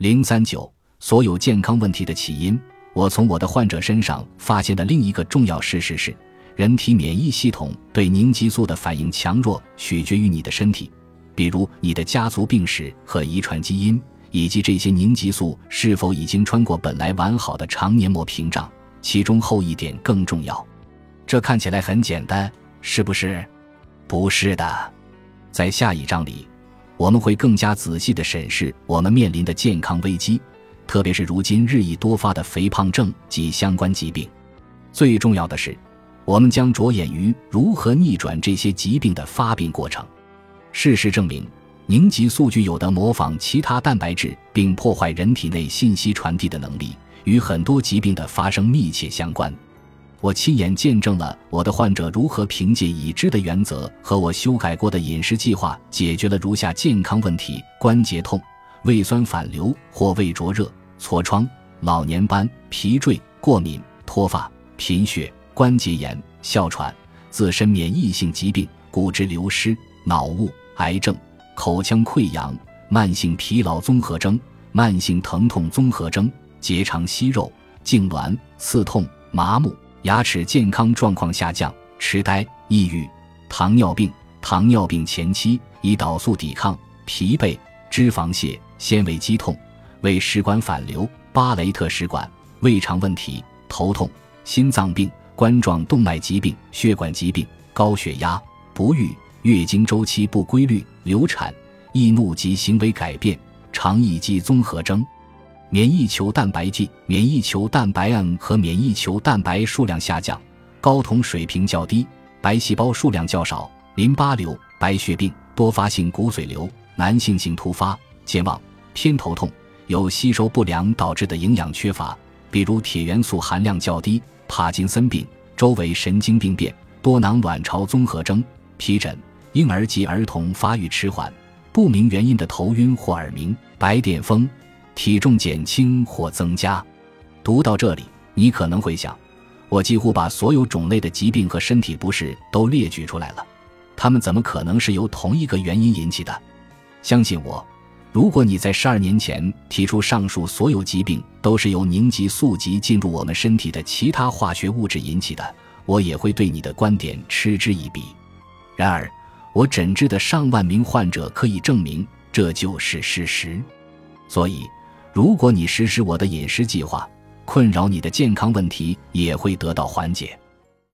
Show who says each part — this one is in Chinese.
Speaker 1: 039所有健康问题的起因。我从我的患者身上发现的另一个重要事实是，人体免疫系统对凝集素的反应强弱取决于你的身体，比如你的家族病史和遗传基因，以及这些凝集素是否已经穿过本来完好的肠黏膜屏障，其中后一点更重要。这看起来很简单，是不是？不是的。在下一章里，我们会更加仔细地审视我们面临的健康危机，特别是如今日益多发的肥胖症及相关疾病。最重要的是，我们将着眼于如何逆转这些疾病的发病过程。事实证明，凝集素具有的模仿其他蛋白质并破坏人体内信息传递的能力，与很多疾病的发生密切相关。我亲眼见证了我的患者如何凭借已知的原则和我修改过的饮食计划解决了如下健康问题：关节痛、胃酸反流或胃灼热、痤疮、老年斑、皮赘、过敏、脱发、贫血、关节炎、哮喘、自身免疫性疾病、骨质流失、脑雾、癌症、口腔溃疡、慢性疲劳综合征、慢性疼痛综合征、结肠息肉、痉挛、刺痛、麻木、牙齿健康状况下降、痴呆、抑郁、糖尿病、糖尿病前期、胰岛素抵抗、疲惫、脂肪泻、纤维肌痛、胃食管反流、巴雷特食管、胃肠问题、头痛、心脏病、冠状动脉疾病、血管疾病、高血压、不育、月经周期不规律、流产、易怒及行为改变、肠易激综合征、免疫球蛋白剂、免疫球蛋白胺和免疫球蛋白数量下降、睾酮水平较低、白细胞数量较少、淋巴瘤、白血病、多发性骨髓瘤、男性性突发、健忘、偏头痛、有吸收不良导致的营养缺乏，比如铁元素含量较低、帕金森病、周围神经病变、多囊卵巢综合征、皮疹、婴儿及儿童发育迟缓、不明原因的头晕或耳鸣、白癜风、体重减轻或增加。读到这里，你可能会想，我几乎把所有种类的疾病和身体不适都列举出来了，它们怎么可能是由同一个原因引起的？相信我，如果你在12年前提出上述所有疾病都是由凝集素及进入我们身体的其他化学物质引起的，我也会对你的观点嗤之以鼻。然而，我诊治的上万名患者可以证明这就是事实。所以，如果你实施我的饮食计划，困扰你的健康问题也会得到缓解。